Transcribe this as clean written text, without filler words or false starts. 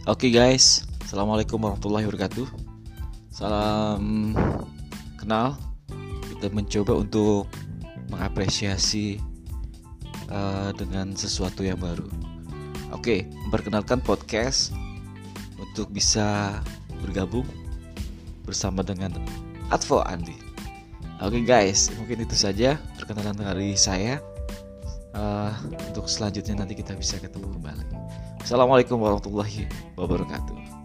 Oke guys, Assalamualaikum warahmatullahi wabarakatuh. Salam kenal. Kita mencoba untuk mengapresiasi dengan sesuatu yang baru. Oke, memperkenalkan podcast untuk bisa bergabung bersama dengan Advo Andi. Oke guys, mungkin itu saja perkenalan dari saya. Untuk selanjutnya nanti kita bisa ketemu kembali. Assalamualaikum warahmatullahi wabarakatuh.